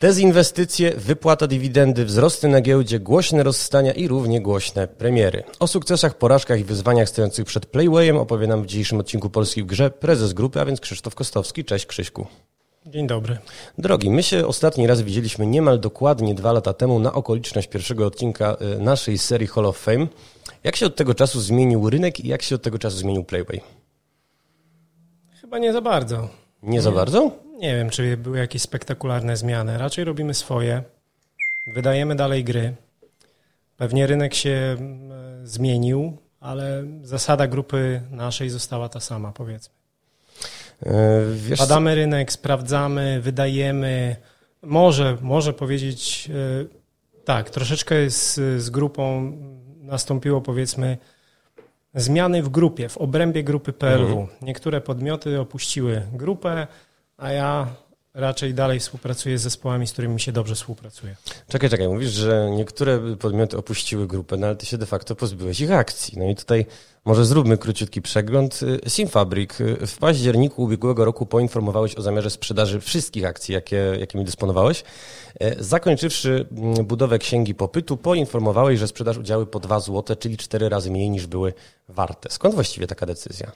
Dezinwestycje, wypłata dywidendy, wzrosty na giełdzie, głośne rozstania i równie głośne premiery. O sukcesach, porażkach i wyzwaniach stojących przed Playwayem opowie nam w dzisiejszym odcinku Polski w grze prezes grupy, a więc Krzysztof Kostowski. Cześć Krzyśku. Dzień dobry. Drogi, my się ostatni raz widzieliśmy niemal dokładnie 2 lata temu na okoliczność pierwszego odcinka naszej serii Hall of Fame. Jak się od tego czasu zmienił rynek i jak się od tego czasu zmienił Playway? Chyba nie za bardzo. Nie za bardzo? Nie wiem, czy były jakieś spektakularne zmiany. Raczej robimy swoje, wydajemy dalej gry. Pewnie rynek się zmienił, ale zasada grupy naszej została ta sama, powiedzmy. Badamy rynek, sprawdzamy, wydajemy. Może powiedzieć, tak, troszeczkę z grupą nastąpiło, powiedzmy, zmiany w grupie, w obrębie grupy PLW. Niektóre podmioty opuściły grupę, a ja raczej dalej współpracuję z zespołami, z którymi mi się dobrze współpracuje. Czekaj, mówisz, że niektóre podmioty opuściły grupę, no ale ty się de facto pozbyłeś ich akcji. No i tutaj może zróbmy króciutki przegląd. Simfabrik, w październiku ubiegłego roku poinformowałeś o zamiarze sprzedaży wszystkich akcji, jakimi dysponowałeś. Zakończywszy budowę księgi popytu, poinformowałeś, że sprzedasz udziały po 2 zł, czyli 4 razy mniej niż były warte. Skąd właściwie taka decyzja?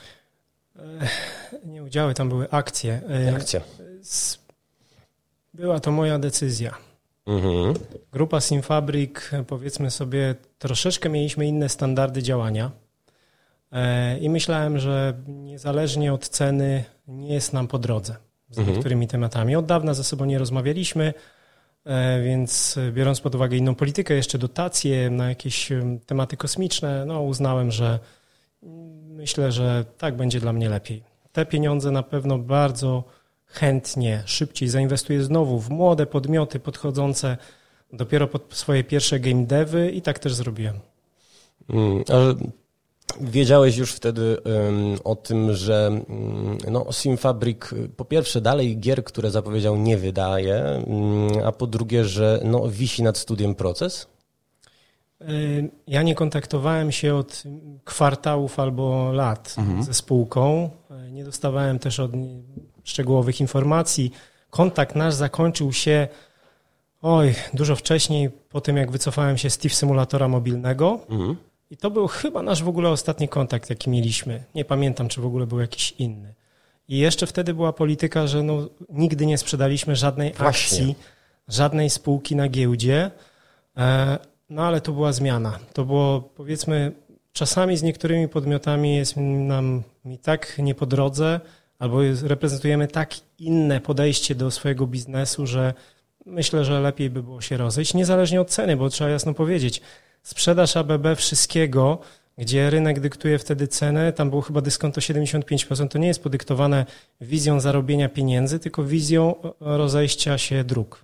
Nie udziały, tam były akcje. Akcje. Była to moja decyzja. Grupa Simfabrik, powiedzmy sobie, troszeczkę mieliśmy inne standardy działania i myślałem, że niezależnie od ceny nie jest nam po drodze z niektórymi tematami. Od dawna ze sobą nie rozmawialiśmy, więc biorąc pod uwagę inną politykę, jeszcze dotacje na jakieś tematy kosmiczne, no uznałem, że myślę, że tak będzie dla mnie lepiej. Te pieniądze na pewno bardzo chętnie, szybciej zainwestuję znowu w młode podmioty podchodzące dopiero pod swoje pierwsze game devy i tak też zrobiłem. Ale wiedziałeś już wtedy o tym, że Simfabrik po pierwsze dalej gier, które zapowiedział, nie wydaje, a po drugie, że wisi nad studiem proces? Ja nie kontaktowałem się od kwartałów albo lat ze spółką. Nie dostawałem też od szczegółowych informacji. Kontakt nasz zakończył się dużo wcześniej, po tym jak wycofałem się z TIFF symulatora mobilnego. I to był chyba nasz w ogóle ostatni kontakt, jaki mieliśmy. Nie pamiętam, czy w ogóle był jakiś inny. I jeszcze wtedy była polityka, że nigdy nie sprzedaliśmy żadnej akcji, żadnej spółki na giełdzie. No ale to była zmiana. To było, powiedzmy, czasami z niektórymi podmiotami jest mi tak nie po drodze, albo reprezentujemy tak inne podejście do swojego biznesu, że myślę, że lepiej by było się rozejść, niezależnie od ceny, bo trzeba jasno powiedzieć, sprzedaż ABB wszystkiego, gdzie rynek dyktuje wtedy cenę, tam było chyba dyskonto 75%, to nie jest podyktowane wizją zarobienia pieniędzy, tylko wizją rozejścia się dróg.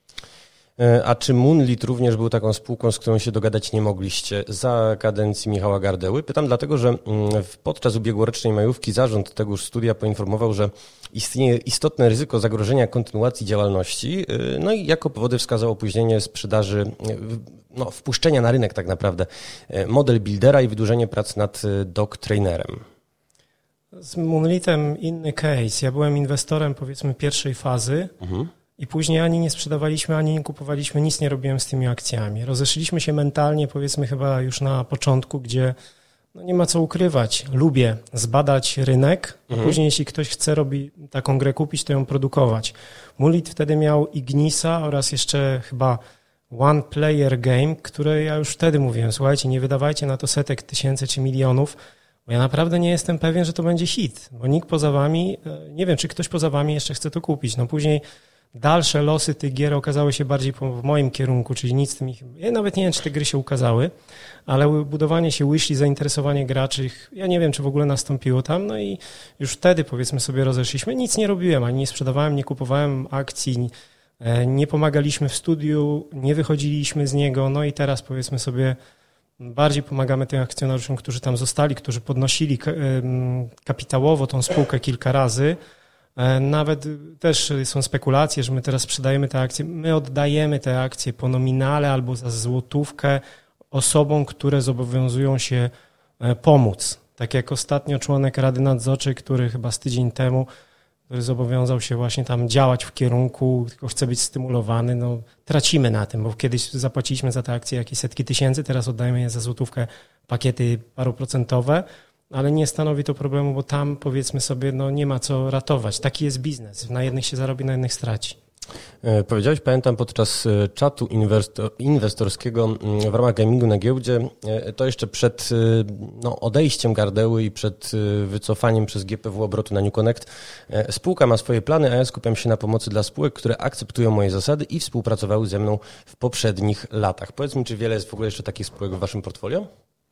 A czy Moonlit również był taką spółką, z którą się dogadać nie mogliście za kadencji Michała Gardeły? Pytam dlatego, że podczas ubiegłorocznej majówki zarząd tegoż studia poinformował, że istnieje istotne ryzyko zagrożenia kontynuacji działalności, no i jako powody wskazał opóźnienie sprzedaży, wpuszczenia na rynek tak naprawdę model buildera i wydłużenie prac nad dog trainerem. Z Moonlitem inny case. Ja byłem inwestorem, powiedzmy, pierwszej fazy. I później ani nie sprzedawaliśmy, ani nie kupowaliśmy, nic nie robiłem z tymi akcjami. Rozeszliśmy się mentalnie, powiedzmy chyba już na początku, gdzie nie ma co ukrywać. Lubię zbadać rynek, a później jeśli ktoś chce taką grę kupić, to ją produkować. Moonlit wtedy miał Ignisa oraz jeszcze chyba One Player Game, które ja już wtedy mówiłem, słuchajcie, nie wydawajcie na to setek tysięcy czy milionów, bo ja naprawdę nie jestem pewien, że to będzie hit, bo nikt poza wami, nie wiem, czy ktoś poza wami jeszcze chce to kupić. Później dalsze losy tych gier okazały się bardziej w moim kierunku, czyli nic z tym ja nawet nie wiem, czy te gry się ukazały, ale budowanie się wishli, zainteresowanie graczy, ja nie wiem, czy w ogóle nastąpiło tam, i już wtedy, powiedzmy sobie, rozeszliśmy. Nic nie robiłem, ani nie sprzedawałem, nie kupowałem akcji, nie pomagaliśmy w studiu, nie wychodziliśmy z niego, i teraz, powiedzmy sobie, bardziej pomagamy tym akcjonariuszom, którzy tam zostali, którzy podnosili kapitałowo tą spółkę kilka razy. Nawet też są spekulacje, że my teraz sprzedajemy te akcje. My oddajemy te akcje po nominale albo za złotówkę osobom, które zobowiązują się pomóc. Tak jak ostatnio członek Rady Nadzorczej, który chyba z tydzień temu który zobowiązał się właśnie tam działać w kierunku, tylko chce być stymulowany, no tracimy na tym, bo kiedyś zapłaciliśmy za te akcje jakieś setki tysięcy, teraz oddajemy je za złotówkę, pakiety paroprocentowe, ale nie stanowi to problemu, bo tam powiedzmy sobie, no nie ma co ratować. Taki jest biznes. Na jednych się zarobi, na jednych straci. Powiedziałeś, pamiętam, podczas czatu inwestorskiego w ramach gamingu na giełdzie, to jeszcze przed odejściem Gardeły i przed wycofaniem przez GPW obrotu na New Connect. Spółka ma swoje plany, a ja skupiam się na pomocy dla spółek, które akceptują moje zasady i współpracowały ze mną w poprzednich latach. Powiedz mi, czy wiele jest w ogóle jeszcze takich spółek w waszym portfolio?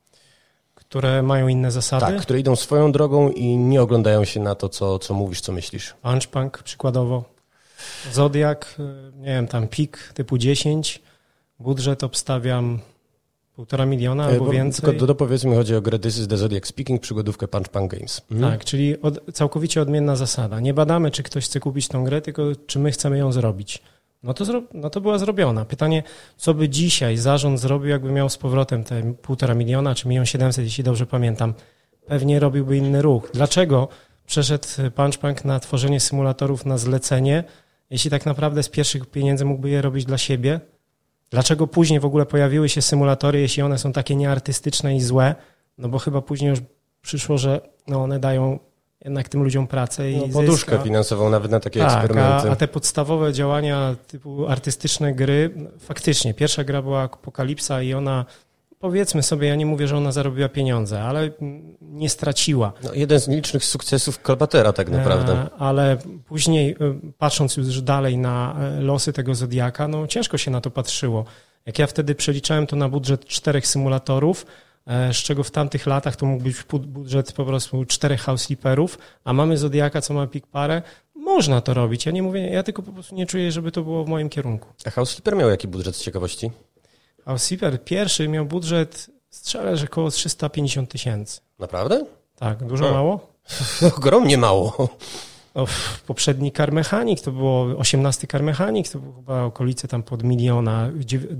Które mają inne zasady? Tak, które idą swoją drogą i nie oglądają się na to, co mówisz, co myślisz. Punchbank przykładowo. Zodiak, nie wiem, tam PIK typu 10, budżet obstawiam 1,5 miliona albo więcej. Tylko dopowiedz mi, chodzi o grę This is the Zodiac Speaking, przygodówkę Punchbank Games. Tak, czyli całkowicie odmienna zasada. Nie badamy, czy ktoś chce kupić tą grę, tylko czy my chcemy ją zrobić. No to była zrobiona. Pytanie, co by dzisiaj zarząd zrobił, jakby miał z powrotem te 1,5 miliona, czy 1 700 000, jeśli dobrze pamiętam. Pewnie robiłby inny ruch. Dlaczego przeszedł Punchbank na tworzenie symulatorów na zlecenie, jeśli tak naprawdę z pierwszych pieniędzy mógłby je robić dla siebie? Dlaczego później w ogóle pojawiły się symulatory, jeśli one są takie nieartystyczne i złe? No bo chyba później już przyszło, że one dają jednak tym ludziom pracę i poduszkę finansową nawet na takie eksperymenty. A te podstawowe działania typu artystyczne gry, faktycznie, pierwsza gra była Apokalipsa i ona, powiedzmy sobie, ja nie mówię, że ona zarobiła pieniądze, ale nie straciła. Jeden z licznych sukcesów Kolbatera tak naprawdę. Ale później, patrząc już dalej na losy tego Zodiaka, no ciężko się na to patrzyło. Jak ja wtedy przeliczałem to na budżet 4 symulatorów, z czego w tamtych latach to mógł być budżet po prostu 4 House Flipperów, a mamy Zodiaka, co ma PIK parę, można to robić. Ja nie mówię, ja tylko po prostu nie czuję, żeby to było w moim kierunku. A House Flipper miał jaki budżet z ciekawości? House Flipper pierwszy miał budżet, strzelę, że około 350 000. Naprawdę? Tak, dużo mało? Ogromnie mało. Poprzedni Car Mechanic, to było 18 Car Mechanic, to było chyba okolice tam pod 1 miliona.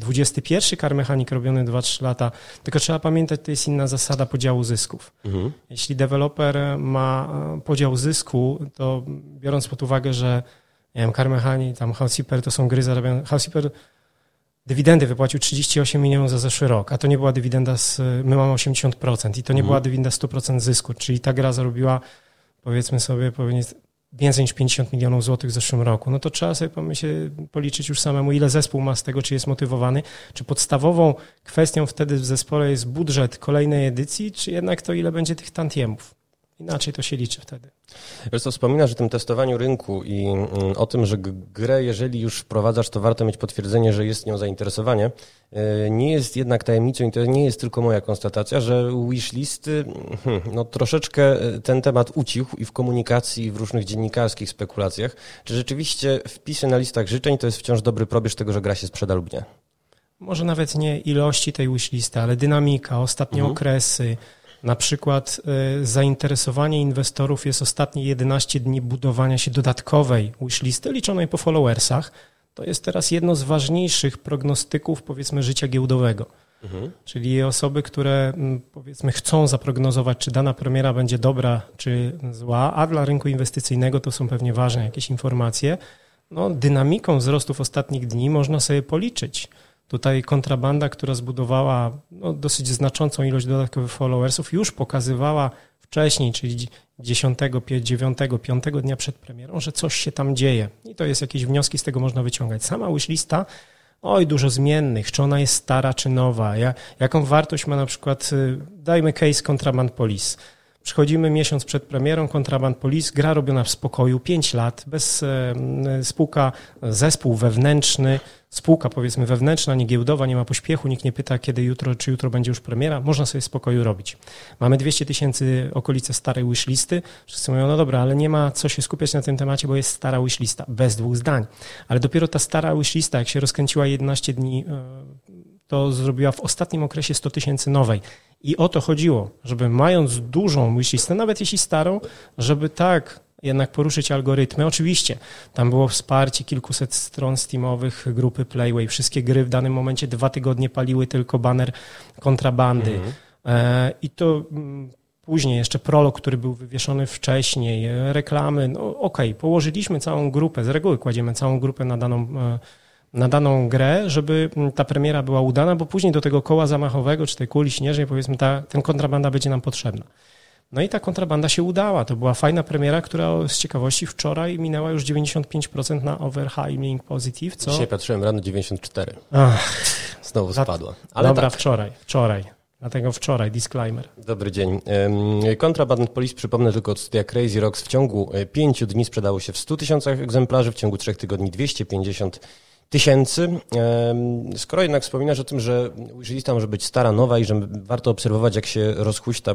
21 Car Mechanic robiony 2-3 lata. Tylko trzeba pamiętać, to jest inna zasada podziału zysków. Mhm. Jeśli deweloper ma podział zysku, to biorąc pod uwagę, że nie wiem, Car Mechanic, tam House Flipper to są gry zarabiane. House Flipper dywidendy wypłacił 38 milionów za zeszły rok, a to nie była dywidenda my mamy 80% i to nie była dywidenda 100% zysku, czyli ta gra zarobiła, powiedzmy sobie, więcej niż 50 milionów złotych w zeszłym roku. No to trzeba sobie policzyć już samemu, ile zespół ma z tego, czy jest motywowany, czy podstawową kwestią wtedy w zespole jest budżet kolejnej edycji, czy jednak to, ile będzie tych tantiemów. Inaczej to się liczy wtedy. Wiesz co, wspominasz o tym testowaniu rynku i o tym, że grę, jeżeli już wprowadzasz, to warto mieć potwierdzenie, że jest nią zainteresowanie. Nie jest jednak tajemnicą i to nie jest tylko moja konstatacja, że wishlisty, troszeczkę ten temat ucichł i w komunikacji, i w różnych dziennikarskich spekulacjach. Czy rzeczywiście wpisy na listach życzeń to jest wciąż dobry probierz tego, że gra się sprzeda lub nie? Może nawet nie ilości tej wishlisty, ale dynamika, ostatnie okresy. Na przykład zainteresowanie inwestorów jest ostatnie 11 dni budowania się dodatkowej wishlisty liczonej po followersach. To jest teraz jedno z ważniejszych prognostyków, powiedzmy, życia giełdowego. Czyli osoby, które powiedzmy chcą zaprognozować, czy dana premiera będzie dobra, czy zła, a dla rynku inwestycyjnego to są pewnie ważne jakieś informacje. Dynamiką wzrostów ostatnich dni można sobie policzyć. Tutaj kontrabanda, która zbudowała dosyć znaczącą ilość dodatkowych followersów, już pokazywała wcześniej, czyli 10, 9, 5 dnia przed premierą, że coś się tam dzieje. I to jest jakieś wnioski z tego można wyciągać. Sama wishlista, dużo zmiennych, czy ona jest stara, czy nowa, jaką wartość ma na przykład, dajmy case Contraband Police. Przychodzimy miesiąc przed premierą, Contraband Police, gra robiona w spokoju, 5 lat, bez zespół wewnętrzny, spółka powiedzmy wewnętrzna, nie giełdowa, nie ma pośpiechu, nikt nie pyta czy jutro będzie już premiera, można sobie w spokoju robić. Mamy 200 000 okolice starej wishlisty, wszyscy mówią, dobra, ale nie ma co się skupiać na tym temacie, bo jest stara wishlista, bez 2 zdań. Ale dopiero ta stara wishlista, jak się rozkręciła 11 dni, to zrobiła w ostatnim okresie 100 000 nowej. I o to chodziło, żeby mając dużą wishlistę, nawet jeśli starą, żeby tak jednak poruszyć algorytmy. Oczywiście tam było wsparcie kilkuset stron steamowych, grupy Playway, wszystkie gry w danym momencie 2 tygodnie paliły tylko baner kontrabandy. I to później jeszcze prolog, który był wywieszony wcześniej, reklamy, położyliśmy całą grupę, z reguły kładziemy całą grupę na daną grę, żeby ta premiera była udana, bo później do tego koła zamachowego, czy tej kuli śnieżnej, powiedzmy, ten kontrabanda będzie nam potrzebna. No i ta kontrabanda się udała. To była fajna premiera, która z ciekawości wczoraj minęła już 95% na Overhauling Positive. Co? Dzisiaj patrzyłem rano 94. Znowu spadła. Ale dobra, tak. Wczoraj. Dlatego wczoraj, disclaimer. Dobry dzień. Contraband Police, przypomnę tylko od studia Crazy Rocks, w ciągu 5 dni sprzedało się w 100 000 egzemplarzy, w ciągu 3 tygodni 250 000. Skoro jednak wspominasz o tym, że wishlista może być stara, nowa i że warto obserwować, jak się rozhuśta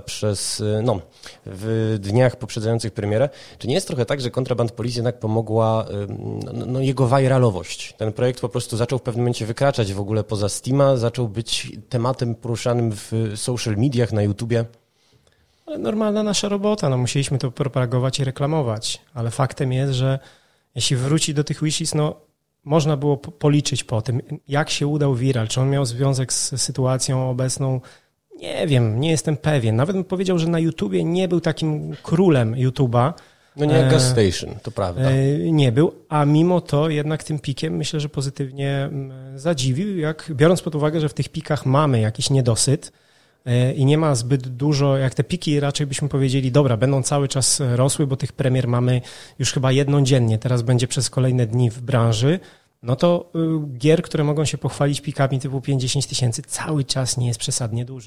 w dniach poprzedzających premierę, czy nie jest trochę tak, że Contraband Police jednak pomogła jego viralowość? Ten projekt po prostu zaczął w pewnym momencie wykraczać w ogóle poza Steama, zaczął być tematem poruszanym w social mediach, na YouTubie. Ale normalna nasza robota, musieliśmy to propagować i reklamować, ale faktem jest, że jeśli wróci do tych wishlist, można było policzyć po tym, jak się udał viral, czy on miał związek z sytuacją obecną. Nie wiem, nie jestem pewien. Nawet bym powiedział, że na YouTubie nie był takim królem YouTuba. No nie jak Gas Station, to prawda. Nie był, a mimo to jednak tym pikiem myślę, że pozytywnie zadziwił, biorąc pod uwagę, że w tych pikach mamy jakiś niedosyt i nie ma zbyt dużo, jak te piki raczej byśmy powiedzieli, dobra, będą cały czas rosły, bo tych premier mamy już chyba jedną dziennie, teraz będzie przez kolejne dni w branży, no to gier, które mogą się pochwalić pikami typu 5-10 tysięcy, cały czas nie jest przesadnie dużo.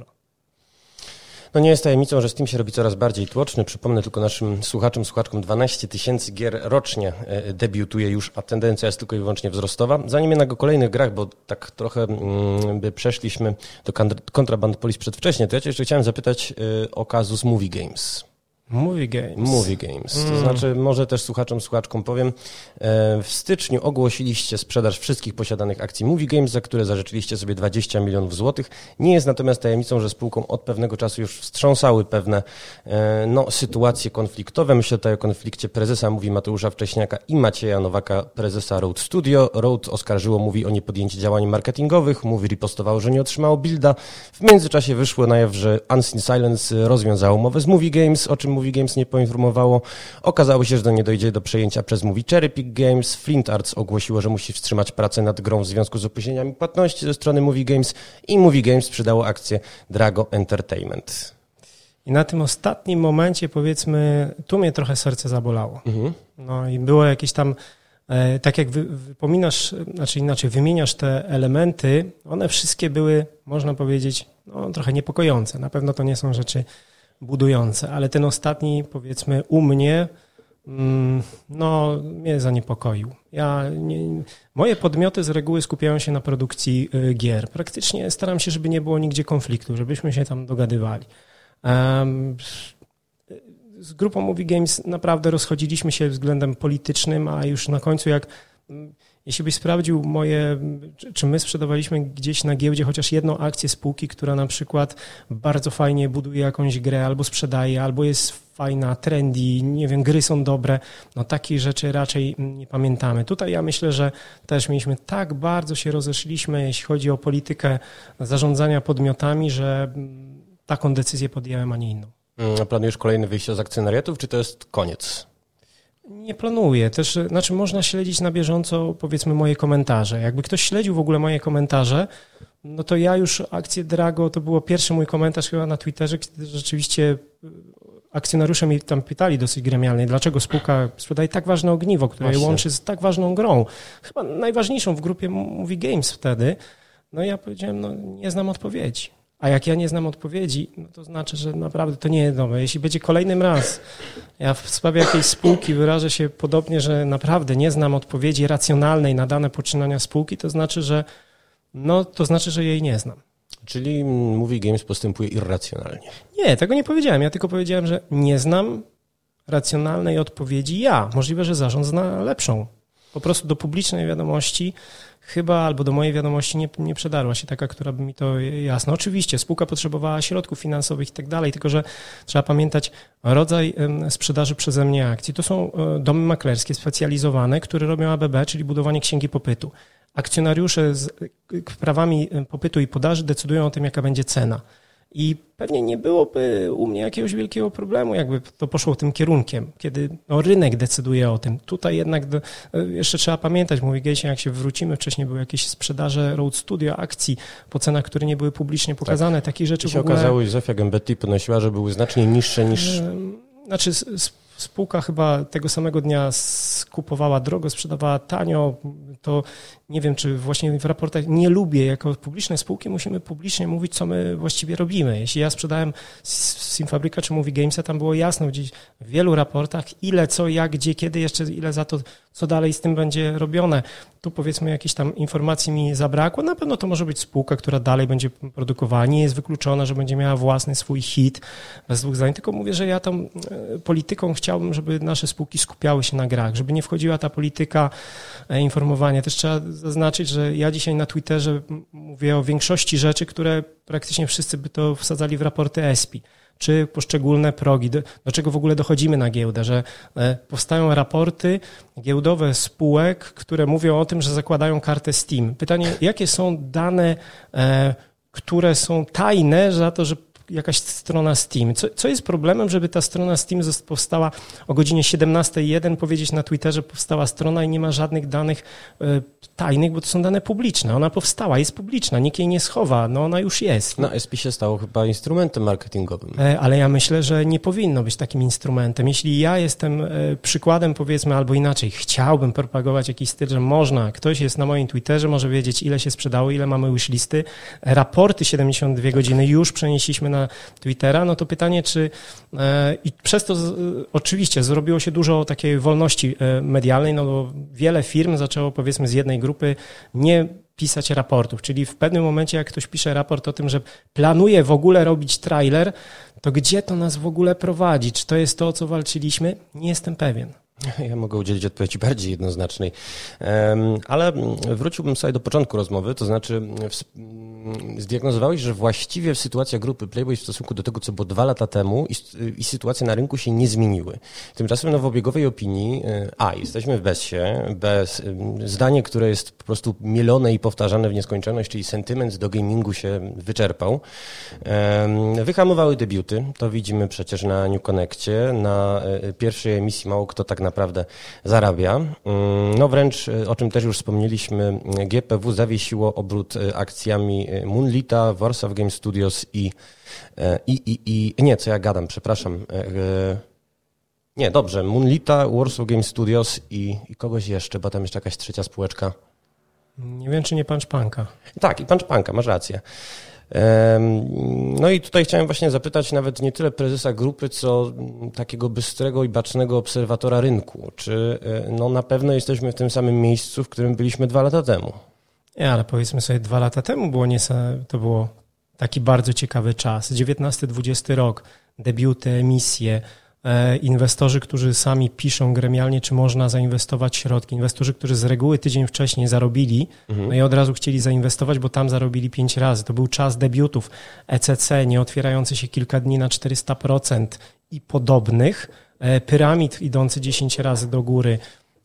No nie jest tajemnicą, że Steam się robi coraz bardziej tłoczny. Przypomnę tylko naszym słuchaczkom, 12 000 gier rocznie debiutuje już, a tendencja jest tylko i wyłącznie wzrostowa. Zanim jednak o kolejnych grach, bo tak trochę przeszliśmy do Contraband Police przedwcześnie, to ja cię jeszcze chciałem zapytać o kazus Movie Games. Movie Games. To znaczy, może też słuchaczkom powiem, w styczniu ogłosiliście sprzedaż wszystkich posiadanych akcji Movie Games, za które zażyczyliście sobie 20 milionów złotych. Nie jest natomiast tajemnicą, że spółką od pewnego czasu już wstrząsały pewne sytuacje konfliktowe. Myślę tutaj o konflikcie prezesa Movie Mateusza Wcześniaka i Macieja Nowaka, prezesa Road Studio. Road oskarżyło Movie o niepodjęcie działań marketingowych. Movie ripostowało, że nie otrzymało builda. W międzyczasie wyszło na jaw, że Unseen Silence rozwiązało umowę z Movie Games, o czym Movie Games nie poinformowało. Okazało się, że nie dojdzie do przejęcia przez Movie Cherry Pick Games. Flint Arts ogłosiło, że musi wstrzymać pracę nad grą w związku z opóźnieniami płatności ze strony Movie Games i Movie Games sprzedało akcję Drago Entertainment. I na tym ostatnim momencie, powiedzmy, tu mnie trochę serce zabolało. No i było jakieś tam, tak jak wymieniasz te elementy, one wszystkie były, można powiedzieć, trochę niepokojące. Na pewno to nie są rzeczy budujące, ale ten ostatni, powiedzmy, u mnie, mnie zaniepokoił. Moje podmioty z reguły skupiają się na produkcji gier. Praktycznie staram się, żeby nie było nigdzie konfliktu, żebyśmy się tam dogadywali. Z grupą Movie Games naprawdę rozchodziliśmy się względem politycznym, a już na końcu jeśli byś sprawdził czy my sprzedawaliśmy gdzieś na giełdzie chociaż jedną akcję spółki, która na przykład bardzo fajnie buduje jakąś grę, albo sprzedaje, albo jest fajna, trendy, nie wiem, gry są dobre, takich rzeczy raczej nie pamiętamy. Tutaj ja myślę, że też mieliśmy tak bardzo się rozeszliśmy, jeśli chodzi o politykę zarządzania podmiotami, że taką decyzję podjąłem, a nie inną. A planujesz kolejne wyjście z akcjonariatów, czy to jest koniec? Nie planuję. Też, można śledzić na bieżąco, powiedzmy, moje komentarze. Jakby ktoś śledził w ogóle moje komentarze, to ja już akcję Drago, to było pierwszy mój komentarz chyba na Twitterze, kiedy rzeczywiście akcjonariusze mnie tam pytali dosyć gremialnie, dlaczego spółka sprzedaje tak ważne ogniwo, które je łączy z tak ważną grą. Chyba najważniejszą w grupie Movie Games wtedy. Ja powiedziałem, nie znam odpowiedzi. A jak ja nie znam odpowiedzi, to znaczy, że naprawdę to nie jest dobre. Jeśli będzie kolejnym raz, ja w sprawie jakiejś spółki wyrażę się podobnie, że naprawdę nie znam odpowiedzi racjonalnej na dane poczynania spółki, to znaczy, że jej nie znam. Czyli Movie Games postępuje irracjonalnie. Nie, tego nie powiedziałem. Ja tylko powiedziałem, że nie znam racjonalnej odpowiedzi Możliwe, że zarząd zna lepszą. Po prostu do publicznej wiadomości chyba, albo do mojej wiadomości nie przedarła się taka, która by mi to jasna. Oczywiście spółka potrzebowała środków finansowych i tak dalej, tylko że trzeba pamiętać rodzaj sprzedaży przeze mnie akcji. To są domy maklerskie specjalizowane, które robią ABB, czyli budowanie księgi popytu. Akcjonariusze z prawami popytu i podaży decydują o tym, jaka będzie cena. I pewnie nie byłoby u mnie jakiegoś wielkiego problemu, jakby to poszło tym kierunkiem, kiedy rynek decyduje o tym. Tutaj jednak jeszcze trzeba pamiętać, mówi Gejsie, jak się wrócimy, wcześniej były jakieś sprzedaże Road Studio, akcji po cenach, które nie były publicznie pokazane. Takich rzeczy I się okazało, że Zofia Gembetti podnosiła, że były znacznie niższe niż... Znaczy spółka chyba tego samego dnia skupowała drogo, sprzedawała tanio, to nie wiem, czy właśnie w raportach nie lubię, jako publiczne spółki musimy publicznie mówić, co my właściwie robimy. Jeśli ja sprzedałem Simfabryka czy Movie Gamesa, tam było jasno gdzieś w wielu raportach, ile, co, jak, gdzie, kiedy, jeszcze ile za to, co dalej z tym będzie robione. Tu powiedzmy jakieś tam informacji mi zabrakło. Na pewno to może być spółka, która dalej będzie produkowała. Nie jest wykluczona, że będzie miała własny swój hit, bez dwóch zdań. Tylko mówię, że ja tam polityką chciałbym, żeby nasze spółki skupiały się na grach, żeby nie wchodziła ta polityka informowania. Też trzeba zaznaczyć, że ja dzisiaj na Twitterze mówię o większości rzeczy, które praktycznie wszyscy by to wsadzali w raporty ESPI, czy poszczególne progi, do czego w ogóle dochodzimy na giełdę, że powstają raporty giełdowe spółek, które mówią o tym, że zakładają kartę Steam. Pytanie, jakie są dane, które są tajne za to, że jakaś strona Steam. Co jest problemem, żeby ta strona Steam powstała o godzinie 17:01, powiedzieć na Twitterze, powstała strona i nie ma żadnych danych tajnych, bo to są dane publiczne. Ona powstała, jest publiczna, nikt jej nie schowa, no ona już jest. No SP się stało chyba instrumentem marketingowym. Ale ja myślę, że nie powinno być takim instrumentem. Jeśli ja jestem przykładem, powiedzmy, albo inaczej, chciałbym propagować jakiś styl, że można, ktoś jest na moim Twitterze, może wiedzieć, ile się sprzedało, ile mamy wishlisty, raporty 72 godziny już przenieśliśmy na Twittera, no to pytanie, czy i przez to oczywiście zrobiło się dużo takiej wolności medialnej, no bo wiele firm zaczęło, powiedzmy, z jednej grupy nie pisać raportów, czyli w pewnym momencie, jak ktoś pisze raport o tym, że planuje w ogóle robić trailer, to gdzie to nas w ogóle prowadzi? Czy to jest to, o co walczyliśmy? Nie jestem pewien. Ja mogę udzielić odpowiedzi bardziej jednoznacznej, ale wróciłbym sobie do początku rozmowy, to znaczy zdiagnozowałeś, że właściwie sytuacja grupy Playboy w stosunku do tego, co było 2 lata temu i sytuacje na rynku się nie zmieniły. Tymczasem w obiegowej opinii, jesteśmy w BES-ie, zdanie, które jest po prostu mielone i powtarzane w nieskończoność, czyli sentyment do gamingu się wyczerpał. Wyhamowały debiuty, to widzimy przecież na New Connectie, na pierwszej emisji mało kto tak naprawdę zarabia. No wręcz, o czym też już wspomnieliśmy, GPW zawiesiło obrót akcjami Moonlita, Warsaw Game Studios Moonlita, Warsaw Game Studios i kogoś jeszcze, bo tam jeszcze jakaś trzecia spółeczka. Nie wiem, czy nie Punchpunka. Tak, i Punchpunka, masz rację. No i tutaj chciałem właśnie zapytać nawet nie tyle prezesa grupy, co takiego bystrego i bacznego obserwatora rynku. Czy na pewno jesteśmy w tym samym miejscu, w którym byliśmy 2 lata temu? Nie, ale powiedzmy sobie 2 lata temu to było taki bardzo ciekawy czas. 19-20 rok, debiuty, emisje, inwestorzy, którzy sami piszą gremialnie, czy można zainwestować środki. Inwestorzy, którzy z reguły tydzień wcześniej zarobili, no i od razu chcieli zainwestować, bo tam zarobili 5 razy. To był czas debiutów. ECC, nie otwierający się kilka dni na 400% i podobnych. Pyramid idący 10 razy do góry.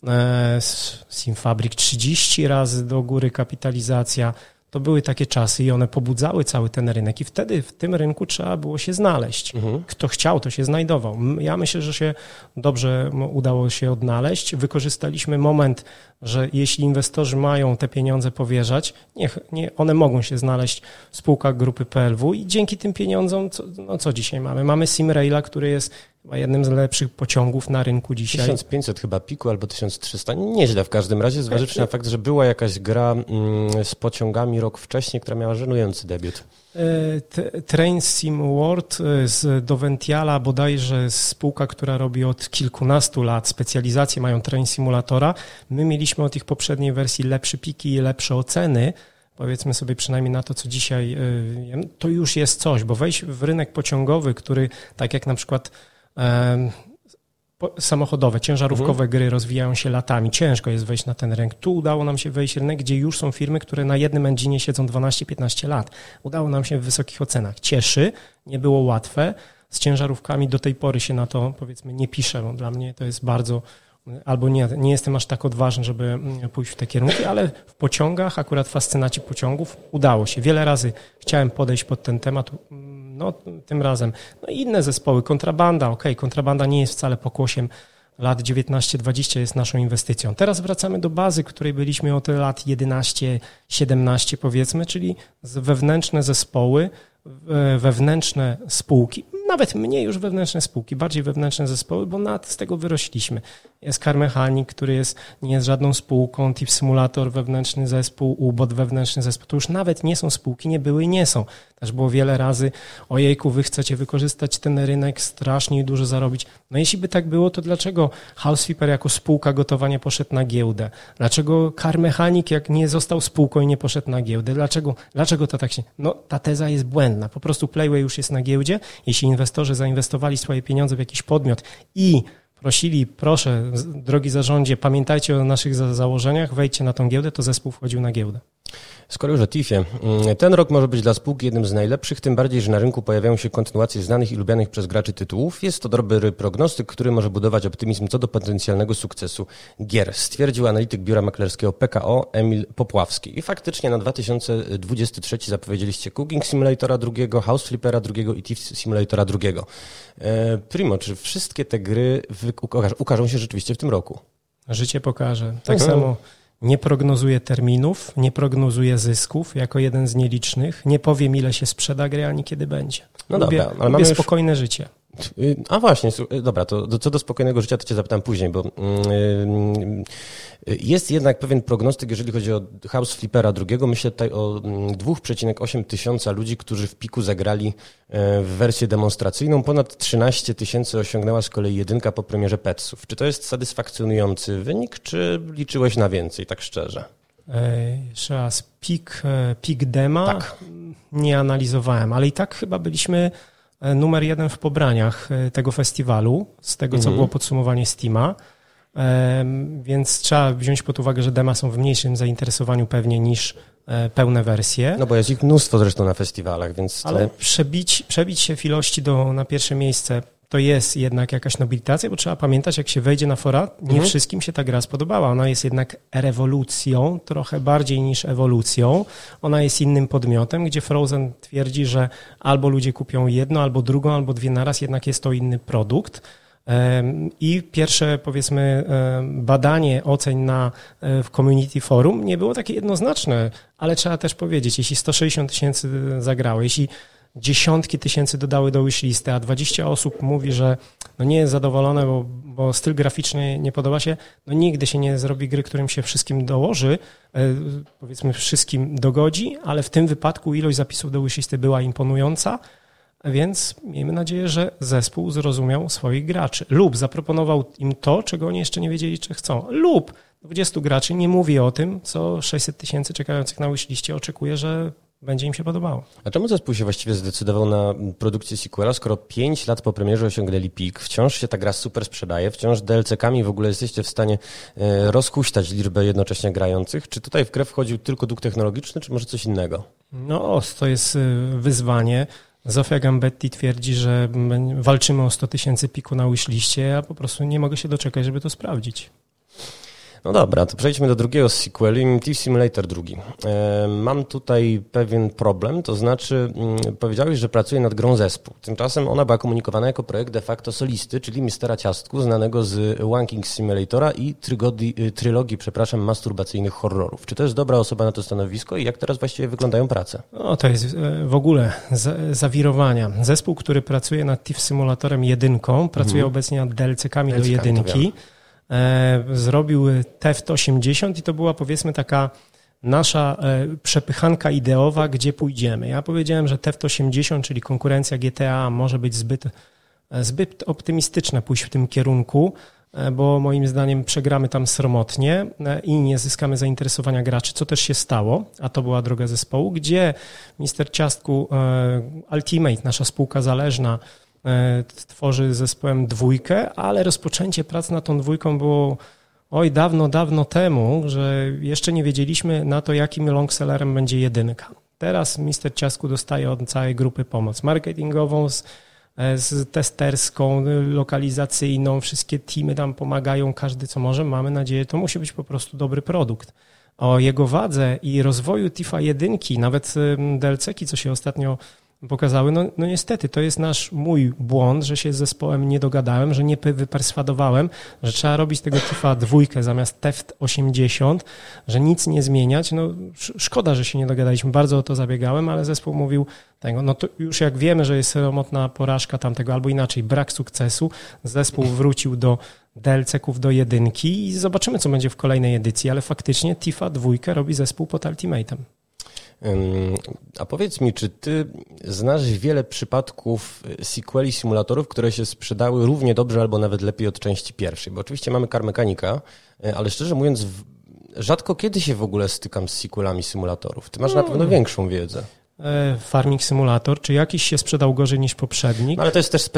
Simfabryk 30 razy do góry kapitalizacja. To były takie czasy i one pobudzały cały ten rynek i wtedy w tym rynku trzeba było się znaleźć. Kto chciał, to się znajdował. Ja myślę, że się dobrze udało się odnaleźć. Wykorzystaliśmy moment, że jeśli inwestorzy mają te pieniądze powierzać, one mogą się znaleźć w spółkach grupy PLW i dzięki tym pieniądzom, co dzisiaj mamy? Mamy Simraila, który jest chyba jednym z lepszych pociągów na rynku dzisiaj. 1500 chyba piku albo 1300. Nieźle w każdym razie, zważywszy na fakt, że była jakaś gra z pociągami rok wcześniej, która miała żenujący debiut. Train Sim World z Doventiala, bodajże spółka, która robi od kilkunastu lat specjalizację, mają Train Simulatora. My mieliśmy od ich poprzedniej wersji lepsze piki i lepsze oceny. Powiedzmy sobie przynajmniej na to, co dzisiaj, to już jest coś, bo wejść w rynek pociągowy, który tak jak na przykład samochodowe, ciężarówkowe gry rozwijają się latami. Ciężko jest wejść na ten rynek. Tu udało nam się wejść w rynek, gdzie już są firmy, które na jednym engine'ie siedzą 12-15 lat. Udało nam się w wysokich ocenach. Cieszy, nie było łatwe. Z ciężarówkami do tej pory się na to, powiedzmy, nie pisze, bo dla mnie to jest bardzo, albo nie jestem aż tak odważny, żeby pójść w te kierunki, ale w pociągach, akurat fascynaci pociągów, udało się. Wiele razy chciałem podejść pod ten temat, No tym razem. No i inne zespoły, kontrabanda, kontrabanda nie jest wcale pokłosiem lat 19-20, jest naszą inwestycją. Teraz wracamy do bazy, której byliśmy od lat 11-17 powiedzmy, czyli wewnętrzne zespoły, wewnętrzne spółki, nawet mniej już wewnętrzne spółki, bardziej wewnętrzne zespoły, bo z tego wyrośliśmy. Jest Car Mechanic, który nie jest żadną spółką, TIF Simulator wewnętrzny zespół, UBOT wewnętrzny zespół, to już nawet nie są spółki, nie były i nie są. Też było wiele razy, ojejku, wy chcecie wykorzystać ten rynek, strasznie dużo zarobić. No jeśli by tak było, to dlaczego Houseflipper jako spółka gotowa nie poszedł na giełdę? Dlaczego Car Mechanic jak nie został spółką i nie poszedł na giełdę? Dlaczego to tak się... No ta teza jest błędna. Po prostu Playway już jest na giełdzie. Jeśli inwestorzy zainwestowali swoje pieniądze w jakiś podmiot i prosili, proszę, drogi zarządzie, pamiętajcie o naszych założeniach, wejdźcie na tą giełdę, to zespół wchodził na giełdę. Skoro już o TIF-ie, ten rok może być dla spółki jednym z najlepszych, tym bardziej, że na rynku pojawiają się kontynuacje znanych i lubianych przez graczy tytułów. Jest to dobry prognostyk, który może budować optymizm co do potencjalnego sukcesu gier, stwierdził analityk biura maklerskiego PKO Emil Popławski. I faktycznie na 2023 zapowiedzieliście Cooking Simulatora 2, Houseflippera 2 i TIF Simulatora 2. Primo, czy wszystkie te gry ukażą się rzeczywiście w tym roku? Życie pokaże. Tak samo nie prognozuję terminów, nie prognozuję zysków jako jeden z nielicznych. Nie powiem, ile się sprzeda gry, ani kiedy będzie. No dobra, ale lubię spokojne życie. A właśnie, dobra, to co do spokojnego życia to cię zapytam później, bo jest jednak pewien prognostyk, jeżeli chodzi o Houseflippera 2. Myślę tutaj o 2,8 tysiąca ludzi, którzy w piku zagrali w wersję demonstracyjną. Ponad 13 tysięcy osiągnęła z kolei 1 po premierze Petsów. Czy to jest satysfakcjonujący wynik, czy liczyłeś na więcej, tak szczerze? Jeszcze raz, pik dema tak. Nie analizowałem, ale i tak chyba byliśmy numer 1 w pobraniach tego festiwalu, z tego co było podsumowanie Steama, więc trzeba wziąć pod uwagę, że dema są w mniejszym zainteresowaniu pewnie niż pełne wersje. No bo jest ich mnóstwo zresztą na festiwalach, więc... Ale przebić się w ilości na pierwsze miejsce to jest jednak jakaś nobilitacja, bo trzeba pamiętać, jak się wejdzie na fora, nie wszystkim się ta gra spodobała. Ona jest jednak rewolucją, trochę bardziej niż ewolucją. Ona jest innym podmiotem, gdzie Frozen twierdzi, że albo ludzie kupią jedno, albo drugą, albo dwie naraz, jednak jest to inny produkt. I pierwsze, powiedzmy, badanie ocen w Community Forum nie było takie jednoznaczne, ale trzeba też powiedzieć, jeśli 160 tysięcy zagrało, jeśli dziesiątki tysięcy dodały do wishlisty, a 20 osób mówi, że nie jest zadowolone, bo styl graficzny nie podoba się, nigdy się nie zrobi gry, którym się wszystkim dołoży, powiedzmy wszystkim dogodzi, ale w tym wypadku ilość zapisów do wishlisty była imponująca, więc miejmy nadzieję, że zespół zrozumiał swoich graczy lub zaproponował im to, czego oni jeszcze nie wiedzieli, czy chcą, lub 20 graczy nie mówi o tym, co 600 tysięcy czekających na wishliście oczekuje, że będzie im się podobało. A czemu zespół się właściwie zdecydował na produkcję sequela, skoro 5 lat po premierze osiągnęli pik, wciąż się ta gra super sprzedaje, wciąż DLC-kami w ogóle jesteście w stanie rozhuśtać liczbę jednocześnie grających? Czy tutaj w grę wchodził tylko dług technologiczny, czy może coś innego? To jest wyzwanie. Zofia Gambetti twierdzi, że walczymy o 100 tysięcy piku na wishliście, ja po prostu nie mogę się doczekać, żeby to sprawdzić. No dobra, to przejdźmy do drugiego z sequeli, TIF Simulator 2. Mam tutaj pewien problem, to znaczy powiedziałeś, że pracuje nad grą zespół. Tymczasem ona była komunikowana jako projekt de facto solisty, czyli Mistera Ciastku, znanego z One King Simulatora i trylogii, masturbacyjnych horrorów. Czy to jest dobra osoba na to stanowisko i jak teraz właściwie wyglądają prace? To jest w ogóle zawirowania. Zespół, który pracuje nad TIF Simulatorem 1, pracuje obecnie nad DLC-kami do 1. Zrobił Theft 80 i to była, powiedzmy, taka nasza przepychanka ideowa, gdzie pójdziemy. Ja powiedziałem, że Theft 80, czyli konkurencja GTA, może być zbyt optymistyczna pójść w tym kierunku, bo moim zdaniem przegramy tam sromotnie i nie zyskamy zainteresowania graczy, co też się stało, a to była droga zespołu, gdzie Mister Ciastku Ultimate, nasza spółka zależna, tworzy z zespołem 2, ale rozpoczęcie prac nad tą 2 było dawno temu, że jeszcze nie wiedzieliśmy na to, jakim longsellerem będzie 1. Teraz Mister Ciastku dostaje od całej grupy pomoc marketingową, z testerską, lokalizacyjną, wszystkie teamy tam pomagają, każdy co może. Mamy nadzieję, to musi być po prostu dobry produkt. O jego wadze i rozwoju TIFA 1, nawet DLC-ki, co się ostatnio pokazały, no niestety, to jest mój błąd, że się z zespołem nie dogadałem, że nie wyperswadowałem, że trzeba robić tego Tifa 2 zamiast TEFT 80, że nic nie zmieniać. No szkoda, że się nie dogadaliśmy, bardzo o to zabiegałem, ale zespół mówił tego, no to już jak wiemy, że jest sromotna porażka tamtego, albo inaczej, brak sukcesu, zespół wrócił do DLC-ków do 1 i zobaczymy, co będzie w kolejnej edycji, ale faktycznie Tifa 2 robi zespół pod Ultimatem. A powiedz mi, czy ty znasz wiele przypadków sequeli simulatorów, które się sprzedały równie dobrze albo nawet lepiej od części pierwszej? Bo oczywiście mamy Car Mechanica, ale szczerze mówiąc rzadko kiedy się w ogóle stykam z sequelami symulatorów. Ty masz na pewno większą wiedzę. Farming Simulator, czy jakiś się sprzedał gorzej niż poprzednik? No ale to jest też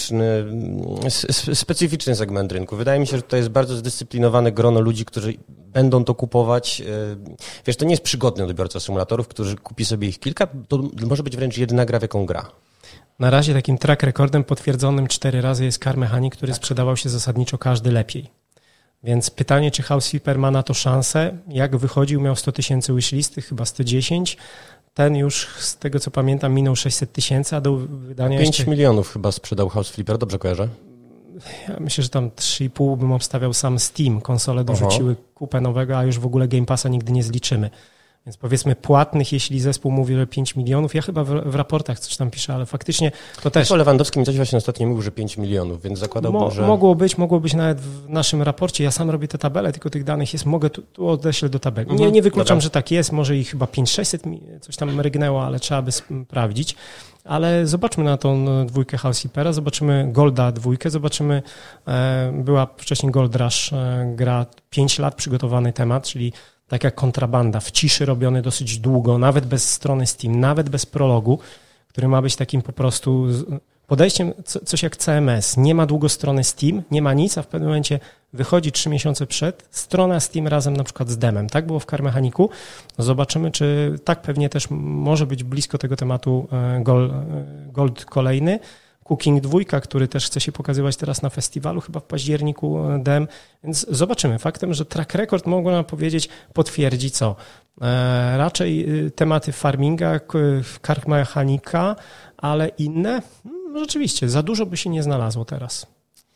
specyficzny segment rynku. Wydaje mi się, że to jest bardzo zdyscyplinowane grono ludzi, którzy będą to kupować. Wiesz, to nie jest przygodny odbiorca symulatorów, który kupi sobie ich kilka, to może być wręcz jedna gra, w jaką gra. Na razie takim track recordem potwierdzonym 4 razy jest Car Mechanic, który sprzedawał się zasadniczo każdy lepiej. Więc pytanie, czy House Flipper ma na to szansę? Jak wychodził, miał 100 000 wishlisty, chyba 110. Ten już, z tego co pamiętam, minął 600 000, a do wydania 5 milionów chyba sprzedał House Flipper, dobrze kojarzę? Ja myślę, że tam 3,5 bym obstawiał sam Steam. Konsole dorzuciły kupę nowego, a już w ogóle Game Passa nigdy nie zliczymy. Więc powiedzmy płatnych, jeśli zespół mówi, że 5 milionów, ja chyba w raportach coś tam piszę, ale faktycznie to też... To Lewandowski mi coś właśnie ostatnio mówił, że 5 milionów, więc zakładałbym, że... Mogło być nawet w naszym raporcie, ja sam robię te tabele, tylko tych danych jest, mogę tu odeślę do tabeli. Nie wykluczam, że tak jest, może i chyba 5-600 coś tam rygnęło, ale trzeba by sprawdzić. Ale zobaczmy na tą 2 House Flippera, zobaczymy Golda 2, zobaczymy, była wcześniej Gold Rush, gra 5 lat przygotowany temat, czyli tak jak kontrabanda, w ciszy robiony dosyć długo, nawet bez strony Steam, nawet bez prologu, który ma być takim po prostu podejściem, coś jak CMS. Nie ma długostrony Steam, nie ma nic, a w pewnym momencie wychodzi 3 miesiące przed, strona Steam razem na przykład z demem. Tak było w Car Mechanicu. No zobaczymy, czy tak pewnie też może być blisko tego tematu Gold kolejny. Cooking 2, który też chce się pokazywać teraz na festiwalu, chyba w październiku dem, więc zobaczymy. Faktem, że track record mogło nam powiedzieć, potwierdzi co? Raczej tematy farminga, Car Mechanica, ale inne? Rzeczywiście, za dużo by się nie znalazło teraz.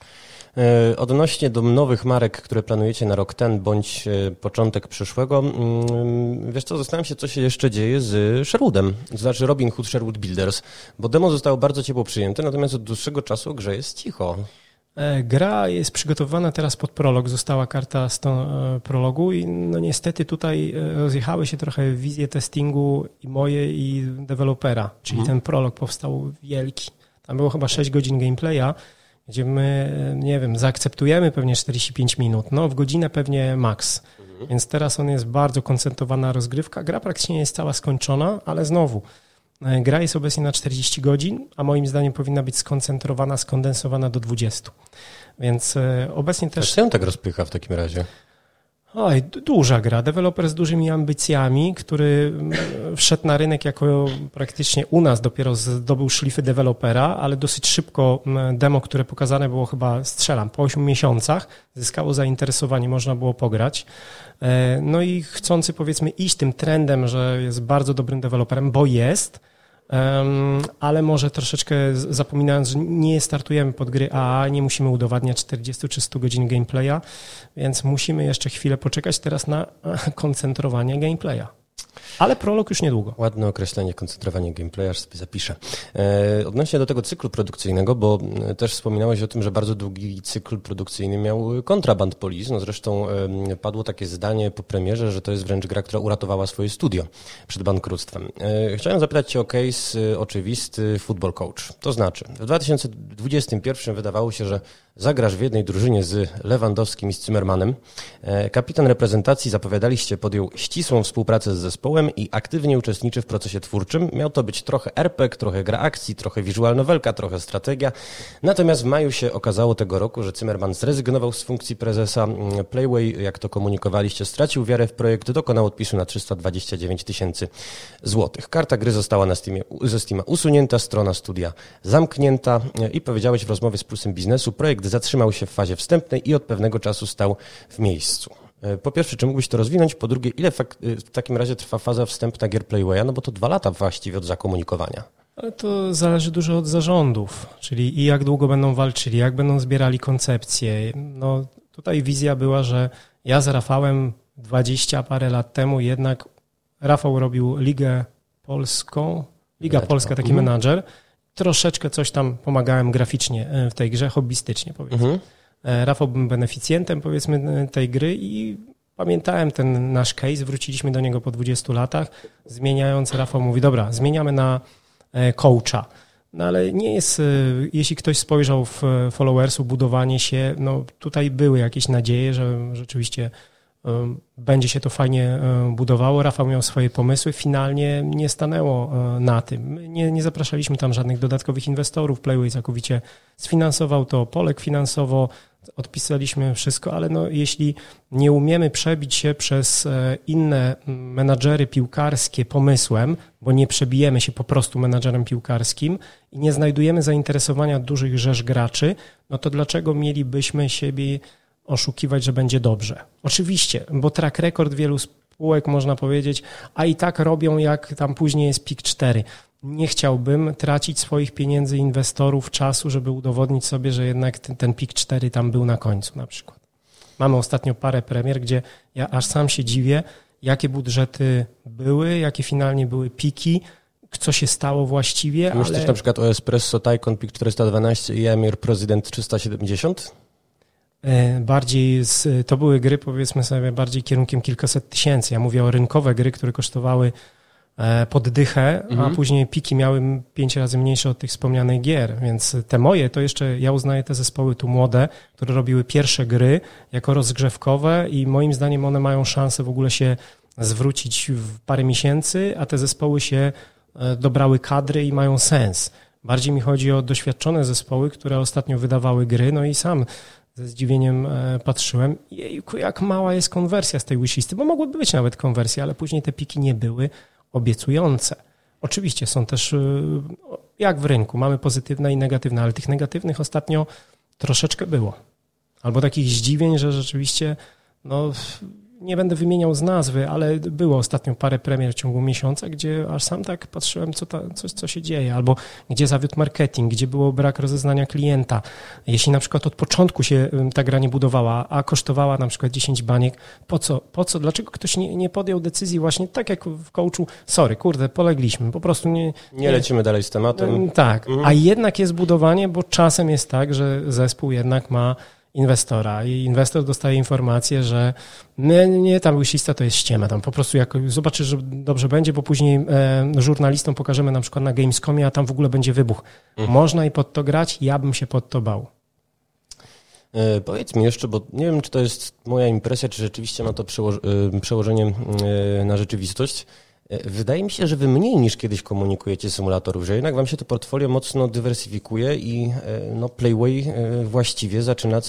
Odnośnie do nowych marek, które planujecie na rok ten bądź początek przyszłego, wiesz co, zastanawiam się, co się jeszcze dzieje z Sherwoodem, to znaczy Robin Hood Sherwood Builders, bo demo zostało bardzo ciepło przyjęte, natomiast od dłuższego czasu o grze jest cicho. Gra jest przygotowana teraz pod prolog, została karta z prologu i no niestety tutaj rozjechały się trochę wizje testingu i moje i dewelopera, czyli ten prolog powstał wielki. Tam było chyba 6 godzin gameplaya, gdzie my, nie wiem, zaakceptujemy pewnie 45 minut, no w godzinę pewnie max. Więc teraz on jest bardzo koncentrowana rozgrywka. Gra praktycznie jest cała skończona, ale znowu, gra jest obecnie na 40 godzin, a moim zdaniem powinna być skoncentrowana, skondensowana do 20. Więc obecnie też... A co ją tak rozpycha w takim razie? Oj, duża gra, deweloper z dużymi ambicjami, który wszedł na rynek jako praktycznie u nas dopiero zdobył szlify dewelopera, ale dosyć szybko demo, które pokazane było chyba, strzelam, po 8 miesiącach, zyskało zainteresowanie, można było pograć. No i chcący powiedzmy iść tym trendem, że jest bardzo dobrym deweloperem, bo jest, ale może troszeczkę zapominając, że nie startujemy pod gry AA, nie musimy udowadniać 40 czy 100 godzin gameplaya, więc musimy jeszcze chwilę poczekać teraz na koncentrowanie gameplaya. Ale prolog już niedługo. Ładne określenie, koncentrowanie gameplaya, aż sobie zapiszę. Odnośnie do tego cyklu produkcyjnego, bo też wspominałeś o tym, że bardzo długi cykl produkcyjny miał Contraband Police. No zresztą padło takie zdanie po premierze, że to jest wręcz gra, która uratowała swoje studio przed bankructwem. Chciałem zapytać Cię o case oczywisty Football Coach. To znaczy, w 2021 wydawało się, że zagrasz w jednej drużynie z Lewandowskim i z Zimmermanem. Kapitan reprezentacji, zapowiadaliście, podjął ścisłą współpracę z zespołem i aktywnie uczestniczy w procesie twórczym. Miał to być trochę RPG, trochę gra akcji, trochę visual novelka, trochę strategia. Natomiast w maju się okazało tego roku, że Zimmerman zrezygnował z funkcji prezesa. Playway, jak to komunikowaliście, stracił wiarę w projekt, dokonał odpisu na 329 000 złotych. Karta gry została ze Steama usunięta, strona studia zamknięta i powiedziałeś w rozmowie z Pulsem Biznesu, projekt zatrzymał się w fazie wstępnej i od pewnego czasu stał w miejscu. Po pierwsze, czy mógłbyś to rozwinąć? Po drugie, ile w takim razie trwa faza wstępna gier Playwaya? No bo to 2 lata właściwie od zakomunikowania. Ale to zależy dużo od zarządów, czyli i jak długo będą walczyli, jak będą zbierali koncepcje. No tutaj wizja była, że ja z Rafałem 20 parę lat temu jednak Rafał robił Ligę Polską, Liga Polska, taki menadżer. Troszeczkę coś tam pomagałem graficznie w tej grze, hobbystycznie powiedzmy. Rafał był beneficjentem powiedzmy tej gry i pamiętałem ten nasz case, wróciliśmy do niego po 20 latach, zmieniając, Rafał mówi, dobra, zmieniamy na coacha. No ale nie jest, jeśli ktoś spojrzał w followersów, budowanie się, no tutaj były jakieś nadzieje, że rzeczywiście będzie się to fajnie budowało. Rafał miał swoje pomysły, finalnie nie stanęło na tym. Nie zapraszaliśmy tam żadnych dodatkowych inwestorów, Playway całkowicie sfinansował to, Polek finansowo, odpisaliśmy wszystko, ale no, jeśli nie umiemy przebić się przez inne menadżery piłkarskie pomysłem, bo nie przebijemy się po prostu menadżerem piłkarskim i nie znajdujemy zainteresowania dużych rzesz graczy, no to dlaczego mielibyśmy siebie oszukiwać, że będzie dobrze? Oczywiście, bo track record wielu spółek można powiedzieć, a i tak robią jak tam później jest PIK 4. Nie chciałbym tracić swoich pieniędzy, inwestorów, czasu, żeby udowodnić sobie, że jednak ten PIK 4 tam był na końcu na przykład. Mamy ostatnio parę premier, gdzie ja aż sam się dziwię, jakie budżety były, jakie finalnie były piki, co się stało właściwie. Myślisz na przykład o Espresso Tycoon PIK 412 i Emir President 370? Bardziej to były gry, powiedzmy sobie, bardziej kierunkiem kilkaset tysięcy. Ja mówię o rynkowe gry, które kosztowały pod dychę, a później piki miały 5 razy mniejsze od tych wspomnianych gier, więc te moje, to jeszcze ja uznaję te zespoły tu młode, które robiły pierwsze gry jako rozgrzewkowe i moim zdaniem one mają szansę w ogóle się zwrócić w parę miesięcy, a te zespoły się dobrały kadry i mają sens. Bardziej mi chodzi o doświadczone zespoły, które ostatnio wydawały gry, no i sam ze zdziwieniem patrzyłem, jejku, jak mała jest konwersja z tej wishlisty, bo mogłyby być nawet konwersje, ale później te piki nie były obiecujące. Oczywiście są też, jak w rynku, mamy pozytywne i negatywne, ale tych negatywnych ostatnio troszeczkę było. Albo takich zdziwień, że rzeczywiście, no nie będę wymieniał z nazwy, ale było ostatnio parę premier w ciągu miesiąca, gdzie aż sam tak patrzyłem, co się dzieje, albo gdzie zawiódł marketing, gdzie było brak rozeznania klienta. Jeśli na przykład od początku się ta gra nie budowała, a kosztowała na przykład 10 baniek, po co, dlaczego ktoś nie podjął decyzji właśnie tak jak w coachu, sorry, kurde, polegliśmy, po prostu nie lecimy dalej z tematem. Tak, a jednak jest budowanie, bo czasem jest tak, że zespół jednak ma inwestora i inwestor dostaje informację, że nie tam wishlista to jest ściema, tam po prostu jak zobaczysz, że dobrze będzie, bo później żurnalistom pokażemy na przykład na Gamescomie, a tam w ogóle będzie wybuch. Można i pod to grać, ja bym się pod to bał. Powiedz mi jeszcze, bo nie wiem, czy to jest moja impresja, czy rzeczywiście ma to przełożenie na rzeczywistość. Wydaje mi się, że wy mniej niż kiedyś komunikujecie symulatorów, że jednak wam się to portfolio mocno dywersyfikuje i no, Playway właściwie zaczyna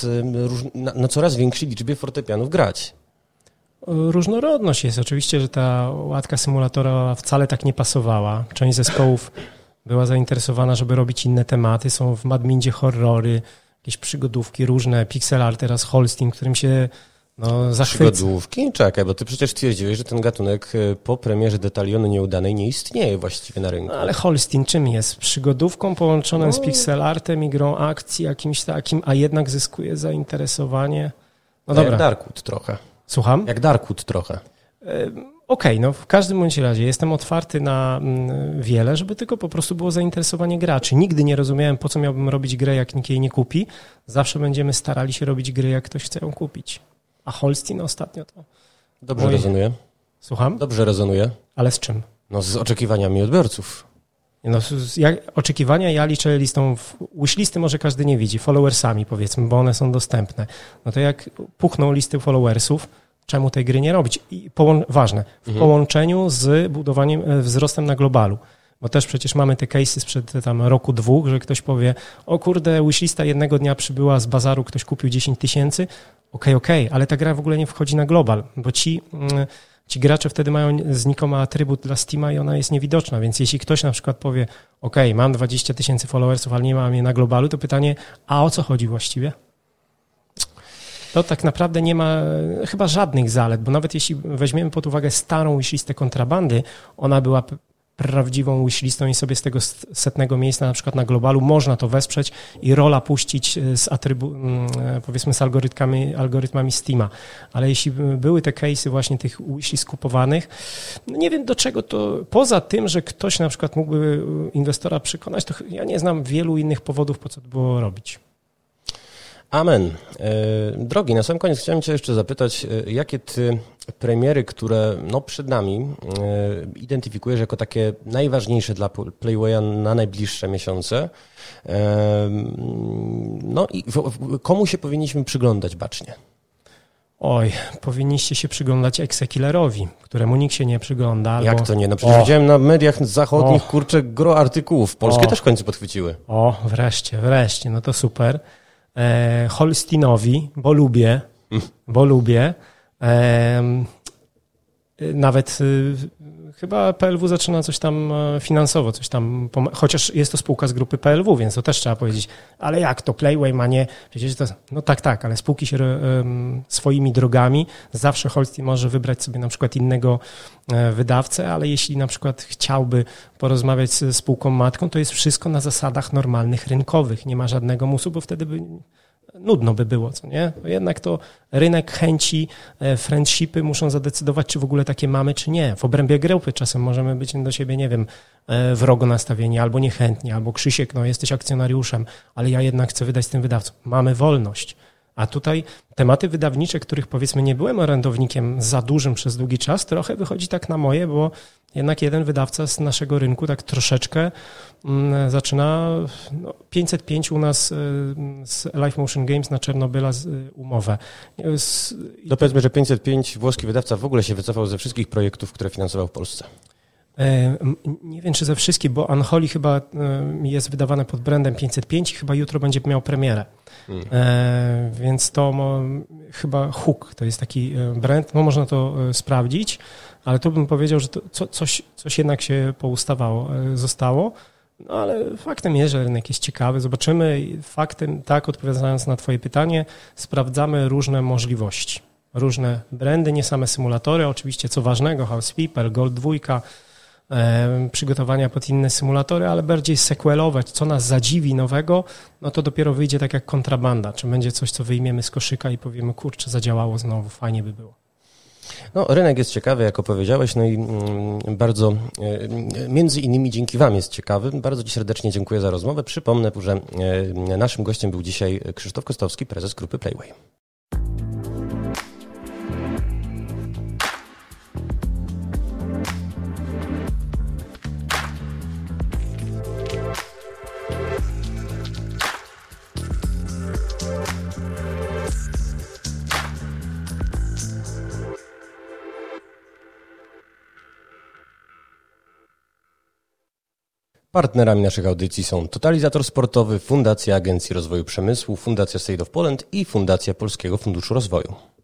na coraz większej liczbie fortepianów grać. Różnorodność jest. Oczywiście, że ta łatka symulatora wcale tak nie pasowała. Część zespołów była zainteresowana, żeby robić inne tematy. Są w Madmindzie horrory, jakieś przygodówki różne, pixel art, teraz Holstein, którym się zachwyca. Przygodówki? Czekaj, bo ty przecież twierdziłeś, że ten gatunek po premierze Detaliony nieudanej nie istnieje właściwie na rynku. Ale Holstein czym jest? Przygodówką połączoną z pixel artem i grą akcji jakimś takim, a jednak zyskuje zainteresowanie. No dobra. Jak Darkwood trochę. Słucham? Jak Darkwood trochę. Okej, no w każdym bądź razie jestem otwarty na wiele, żeby tylko po prostu było zainteresowanie graczy. Nigdy nie rozumiałem, po co miałbym robić grę, jak nikt jej nie kupi. Zawsze będziemy starali się robić gry, jak ktoś chce ją kupić. A Holstein ostatnio to... Dobrze rezonuje. Słucham? Dobrze rezonuje. Ale z czym? No z oczekiwaniami odbiorców. No, oczekiwania ja liczę listą, wishlisty może każdy nie widzi, followersami powiedzmy, bo one są dostępne. No to jak puchną listy followersów, czemu tej gry nie robić? I ważne, w połączeniu z budowaniem, wzrostem na globalu. Bo też przecież mamy te case'y sprzed tam roku, dwóch, że ktoś powie, o kurde, wishlista jednego dnia przybyła z bazaru, ktoś kupił 10 000, okej, ale ta gra w ogóle nie wchodzi na global, bo ci gracze wtedy mają znikomy atrybut dla Steama i ona jest niewidoczna, więc jeśli ktoś na przykład powie, mam 20 000 followersów, ale nie mam je na globalu, to pytanie, a o co chodzi właściwie? To tak naprawdę nie ma chyba żadnych zalet, bo nawet jeśli weźmiemy pod uwagę starą wishlistę kontrabandy, ona była prawdziwą wishlistą i sobie z tego 100 miejsca na przykład na globalu można to wesprzeć i rola puścić powiedzmy z algorytmami Steama. Ale jeśli były te case'y właśnie tych wishlist kupowanych, no nie wiem do czego to, poza tym, że ktoś na przykład mógłby inwestora przekonać, to ja nie znam wielu innych powodów, po co to było robić. Amen. Drogi, na sam koniec chciałem Cię jeszcze zapytać, jakie Ty premiery, które przed nami identyfikujesz jako takie najważniejsze dla Playwaya na najbliższe miesiące? No i komu się powinniśmy przyglądać bacznie? Oj, powinniście się przyglądać Exekillerowi, któremu nikt się nie przygląda. Jak to nie? No przecież widziałem na mediach zachodnich, gro artykułów. Polskie też w końcu podchwyciły. Wreszcie, no to super. Holsteinowi, bo lubię. Nawet chyba PLW zaczyna coś tam finansowo, coś tam, chociaż jest to spółka z grupy PLW, więc to też trzeba powiedzieć, ale jak to Playway ma nie, przecież to, no tak, ale spółki się swoimi drogami, zawsze Holstein może wybrać sobie na przykład innego wydawcę, ale jeśli na przykład chciałby porozmawiać z spółką matką, to jest wszystko na zasadach normalnych, rynkowych, nie ma żadnego musu, bo wtedy nudno by było, co nie? To jednak to rynek chęci, friendshipy muszą zadecydować, czy w ogóle takie mamy, czy nie. W obrębie grupy czasem możemy być do siebie, nie wiem, wrogo nastawieni, albo niechętni, albo Krzysiek, no jesteś akcjonariuszem, ale ja jednak chcę wydać z tym wydawcą. Mamy wolność. A tutaj tematy wydawnicze, których powiedzmy nie byłem orędownikiem za dużym przez długi czas, trochę wychodzi tak na moje, bo jednak jeden wydawca z naszego rynku tak troszeczkę zaczyna 505 u nas z Live Motion Games na Czernobyla umowę. To powiedzmy, że 505 włoski wydawca w ogóle się wycofał ze wszystkich projektów, które finansował w Polsce. Nie wiem, czy ze wszystkich, bo Unholy chyba jest wydawane pod brandem 505 i chyba jutro będzie miał premierę. Więc to chyba Hook to jest taki brand, no można to sprawdzić, ale tu bym powiedział, że to coś jednak się zostało, no ale faktem jest, że rynek jest ciekawy, zobaczymy. Faktem, tak, odpowiadając na Twoje pytanie, sprawdzamy różne możliwości, różne brandy, nie same symulatory, oczywiście co ważnego, House People, Gold 2, przygotowania pod inne symulatory, ale bardziej sequelować, co nas zadziwi nowego, no to dopiero wyjdzie tak jak kontrabanda, czy będzie coś, co wyjmiemy z koszyka i powiemy, kurczę, zadziałało znowu, fajnie by było. No, rynek jest ciekawy, jak opowiedziałeś, no i bardzo, między innymi dzięki Wam jest ciekawy. Bardzo Ci serdecznie dziękuję za rozmowę. Przypomnę, że naszym gościem był dzisiaj Krzysztof Kostowski, prezes grupy Playway. Partnerami naszych audycji są Totalizator Sportowy, Fundacja Agencji Rozwoju Przemysłu, Fundacja State of Poland i Fundacja Polskiego Funduszu Rozwoju.